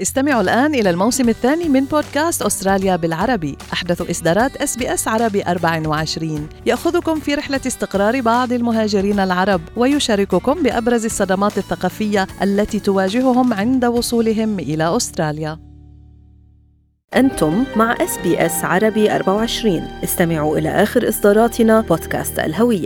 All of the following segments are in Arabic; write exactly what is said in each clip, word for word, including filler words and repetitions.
استمعوا الآن إلى الموسم الثاني من بودكاست أستراليا بالعربي، أحدث إصدارات إس بي إس عربي أربعة وعشرين، يأخذكم في رحلة استقرار بعض المهاجرين العرب ويشارككم بأبرز الصدمات الثقافية التي تواجههم عند وصولهم إلى أستراليا. أنتم مع إس بي إس عربي أربعة وعشرين. استمعوا إلى آخر إصداراتنا بودكاست الهوية.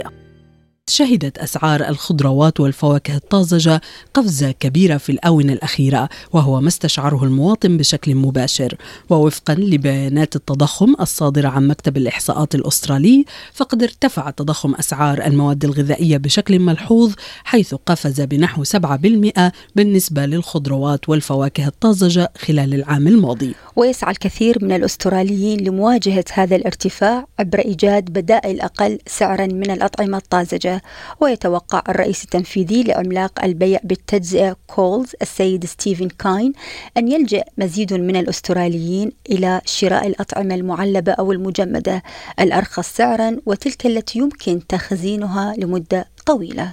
شهدت أسعار الخضروات والفواكه الطازجة قفزة كبيرة في الآونة الأخيرة، وهو ما استشعره المواطن بشكل مباشر. ووفقا لبيانات التضخم الصادرة عن مكتب الإحصاءات الأسترالي، فقد ارتفع تضخم أسعار المواد الغذائية بشكل ملحوظ، حيث قفز بنحو سبعة بالمئة بالنسبة للخضروات والفواكه الطازجة خلال العام الماضي. ويسعى الكثير من الأستراليين لمواجهة هذا الارتفاع عبر إيجاد بدائل أقل سعراً من الأطعمة الطازجة. ويتوقع الرئيس التنفيذي لعملاق البيع بالتجزئة كولز السيد ستيفن كاين أن يلجأ مزيد من الأستراليين إلى شراء الأطعمة المعلبة أو المجمدة الأرخص سعراً، وتلك التي يمكن تخزينها لمدة طويلة.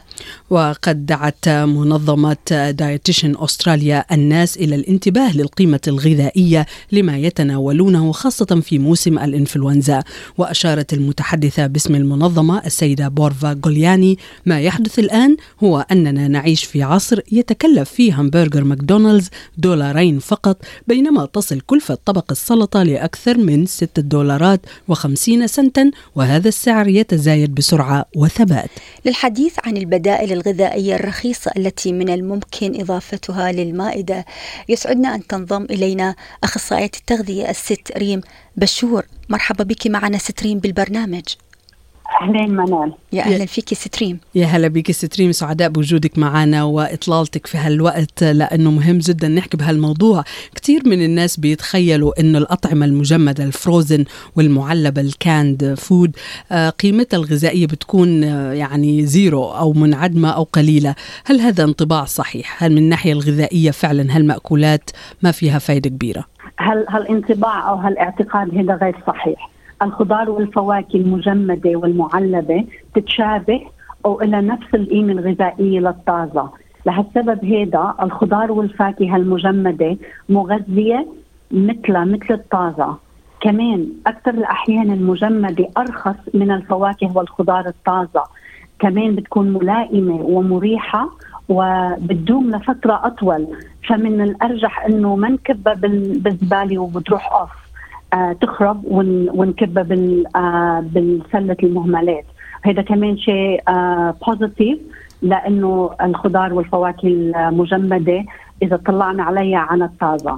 وقد دعت منظمة دايتيشن أستراليا الناس إلى الانتباه للقيمة الغذائية لما يتناولونه، خاصة في موسم الإنفلونزا. وأشارت المتحدثة باسم المنظمة السيدة بورفا غولياني: ما يحدث الآن هو أننا نعيش في عصر يتكلف فيه همبرجر ماكدونالدز دولارين فقط، بينما تصل كلفة طبق السلطة لأكثر من ستة دولارات وخمسين سنتا، وهذا السعر يتزايد بسرعة وثبات. للحديث عن البدائل الغذائية الرخيصة التي من الممكن إضافتها للمائدة، يسعدنا أن تنضم إلينا أخصائية التغذية الست ريم بشور. مرحبا بك معنا ست ريم بالبرنامج. أهلين منال. يا أهلا فيك ست ريم. يا هلا بك ست ريم، سعداء بوجودك معنا وإطلالتك في هالوقت، لأنه مهم جدا نحكي بهالموضوع. كتير من الناس بيتخيلوا أنه الأطعمة المجمدة الفروزن والمعلبة الكاند فود قيمتها الغذائية بتكون يعني زيرو أو منعدمة أو قليلة. هل هذا انطباع صحيح؟ هل من الناحية الغذائية فعلا هالمأكولات ما فيها فايدة كبيرة؟ هل هالانطباع أو هالاعتقاد هذا غير صحيح. الخضار والفواكه المجمدة والمعلبة تتشابه أو إلى نفس القيمة الغذائية للطازة. لهالسبب هذا الخضار والفاكهة المجمدة مغذية مثل مثل الطازة. كمان أكثر الأحيان المجمدة أرخص من الفواكه والخضار الطازة، كمان بتكون ملائمة ومريحة وبتدوم لفترة أطول. فمن الأرجح أنه ما نكبها بالزبالة وبتروح أوف آه تخرب ونكبها بال آه بالسلة المهملات. هذا كمان شيء بوزيتيف آه لأنه الخضار والفواكه المجمدة إذا طلعنا عليها عن الطازة.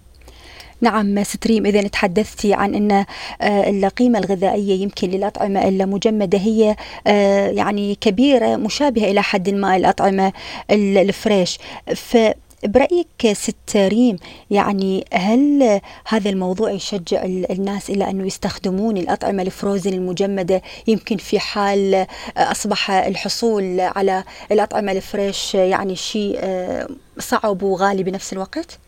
نعم ستريم، إذا تحدثتي عن أن القيمة الغذائية يمكن للأطعمة المجمدة هي يعني كبيرة، مشابهة إلى حد ما الأطعمة الفريش. ف برأيك ست ريم، يعني هل هذا الموضوع يشجع الناس إلى أنه يستخدمون الأطعمة الفروزن المجمدة، يمكن في حال أصبح الحصول على الأطعمة الفريش يعني شيء صعب وغالي بنفس الوقت؟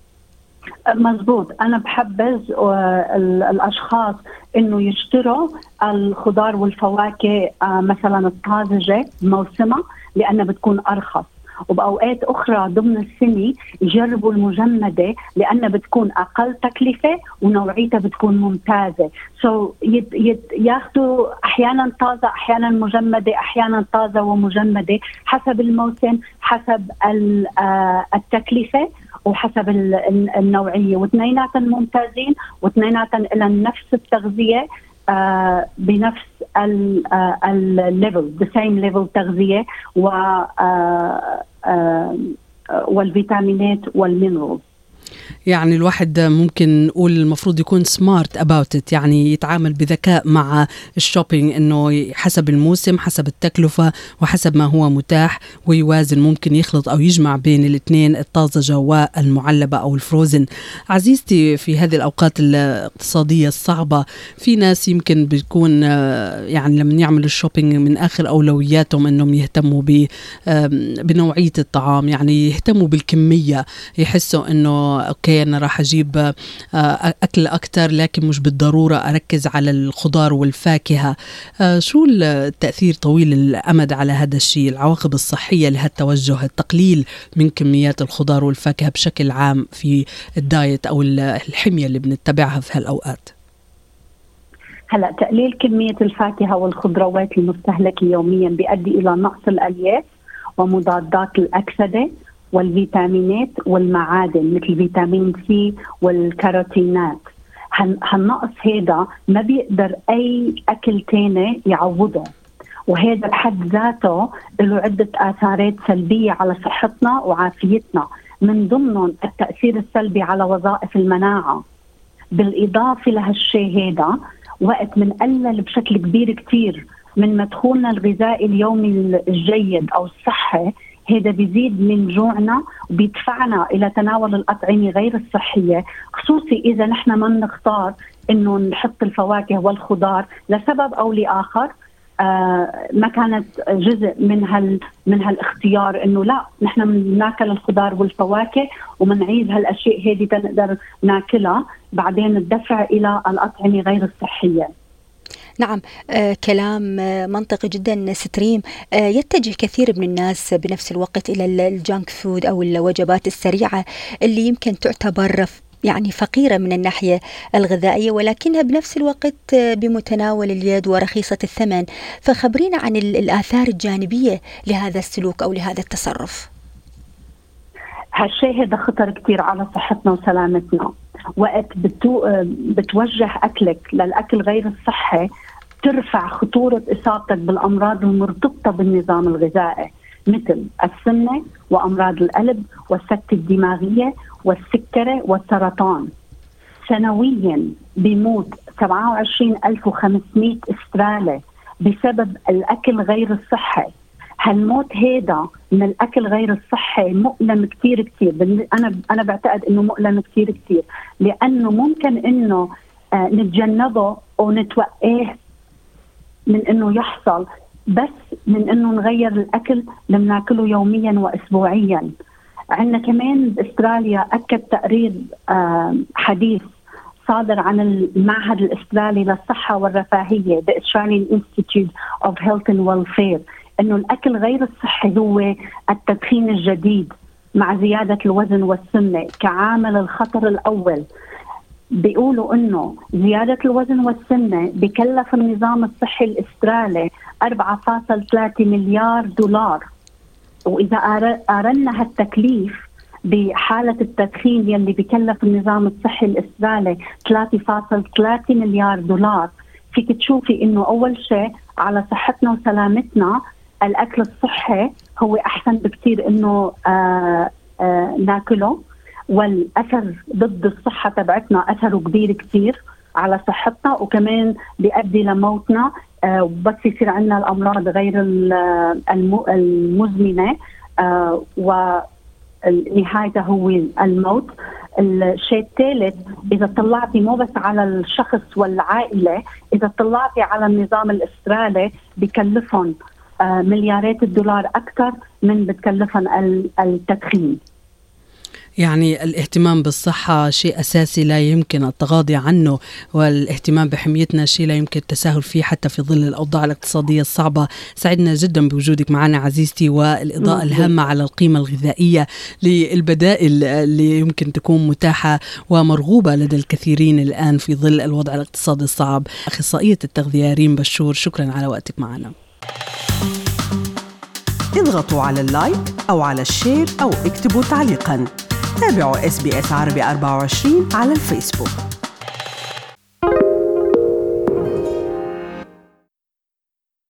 مزبوط. أنا بحبذ الأشخاص إنه يشتروا الخضار والفواكه مثلا الطازجة موسمها، لأنها بتكون أرخص. وبأوقات أخرى ضمن السنة يجربوا المجمدة لأنها بتكون أقل تكلفة ونوعيتها بتكون ممتازة. سو so ياخدوا أحيانا طازة أحيانا مجمدة أحيانا طازة ومجمدة حسب الموسم، حسب التكلفة وحسب النوعية، واثنيناتاً ممتازين واثنيناتاً إلى نفس التغذية آه بنفس الليفل the same level تغذية و آه آه والفيتامينات والمينرالز. يعني الواحد ممكن نقول المفروض يكون سمارت about it، يعني يتعامل بذكاء مع الشوبينج، انه حسب الموسم حسب التكلفة وحسب ما هو متاح، ويوازن، ممكن يخلط او يجمع بين الاثنين الطازجة والمعلبة او الفروزن. عزيزتي، في هذه الاوقات الاقتصادية الصعبة في ناس يمكن بيكون يعني لما يعملوا الشوبينج من اخر اولوياتهم انهم يهتموا بنوعية الطعام، يعني يهتموا بالكمية، يحسوا انه أوكي أنا راح أجيب أكل أكتر لكن مش بالضرورة أركز على الخضار والفاكهة. شو التأثير طويل الأمد على هذا الشيء، العواقب الصحية لهالتوجه، التقليل من كميات الخضار والفاكهة بشكل عام في الدايت أو الحمية اللي بنتبعها في هالأوقات؟ هلا تقليل كمية الفاكهة والخضروات المستهلكة يوميا بيؤدي إلى نقص الألياف ومضادات الأكسدة والفيتامينات والمعادن مثل فيتامين سي والكاروتينات. هالنقص هذا ما بيقدر أي أكل تاني يعوضه، وهذا بحد ذاته له عدة آثارات سلبية على صحتنا وعافيتنا، من ضمنهم التأثير السلبي على وظائف المناعة. بالإضافة لهالشيء هذا وقت منقلل بشكل كبير كتير من مدخولنا الغذائي اليومي الجيد أو الصحي، هذا بيزيد من جوعنا وبيدفعنا إلى تناول الأطعمة غير الصحية، خصوصي إذا نحن ما نختار إنه نحط الفواكه والخضار لسبب أو لآخر. آه ما كانت جزء من هال من هالاختيار إنه لا نحن ناكل الخضار والفواكه ومنعيد هالأشياء هذه تنقدر ناكلها، بعدين الدفع إلى الأطعمة غير الصحية. نعم، آه كلام آه منطقي جدا ستريم. آه يتجه كثير من الناس بنفس الوقت إلى الجانك فود أو الوجبات السريعة اللي يمكن تعتبر يعني فقيرة من الناحية الغذائية، ولكنها بنفس الوقت بمتناول اليد ورخيصة الثمن. فخبرينا عن الآثار الجانبية لهذا السلوك أو لهذا التصرف. هالشيء هذا خطر كتير على صحتنا وسلامتنا. وقت بتو... بتوجه أكلك للأكل غير الصحي ترفع خطورة إصابتك بالأمراض المرتبطة بالنظام الغذائي مثل السمنة وأمراض القلب والسكتة الدماغية والسكري والسرطان. سنويا بيموت سبعة وعشرين ألف وخمسمائة استرالي بسبب الأكل غير الصحي. هالموت هذا من الأكل غير الصحي مؤلم كتير كتير. أنا أنا بعتقد إنه مؤلم كتير كتير لأنه ممكن إنه آه نتجنبه ونتوقيه من إنه يحصل، بس من إنه نغير الأكل اللي بناكله يوميا وأسبوعيا. عندنا كمان بأستراليا أكد تقرير آه حديث صادر عن المعهد الأسترالي للصحة والرفاهية The Australian Institute of Health and Welfare إنه الأكل غير الصحي هو التدخين الجديد مع زيادة الوزن والسمنة كعامل الخطر الأول. بيقولوا إنه زيادة الوزن والسمنة بكلف النظام الصحي الأسترالي أربعة فاصلة ثلاثة مليار دولار، وإذا قارنا هالتكليف بحالة التدخين يلي بكلف النظام الصحي الأسترالي ثلاثة فاصلة ثلاثة مليار دولار، فيك تشوفي إنه أول شيء على صحتنا وسلامتنا الأكل الصحي هو أحسن بكتير إنه آآ آآ ناكله، والأثر ضد الصحة تبعتنا أثره كبير كتير على صحتنا، وكمان بيؤدي لموتنا آه بس يصير عندنا الأمراض غير المزمنة آه ونهايته هو الموت. الشيء الثالث إذا طلعتي مو بس على الشخص والعائلة، إذا طلعتي على النظام الأسترالي بكلفهم آه مليارات الدولار أكثر من بتكلفهم التدخين. يعني الاهتمام بالصحة شيء أساسي لا يمكن التغاضي عنه، والاهتمام بحميتنا شيء لا يمكن التساهل فيه حتى في ظل الأوضاع الاقتصادية الصعبة. سعدنا جدا بوجودك معنا عزيزتي، والإضاءة الهامة على القيمة الغذائية للبدائل اللي يمكن تكون متاحة ومرغوبة لدى الكثيرين الآن في ظل الوضع الاقتصادي الصعب. أخصائية التغذية ريم بشور، شكرا على وقتك معنا. اضغطوا على اللايك أو على الشير أو اكتبوا تعليقا. تابعوا إس بي إس عربي أربعة وعشرين على الفيسبوك.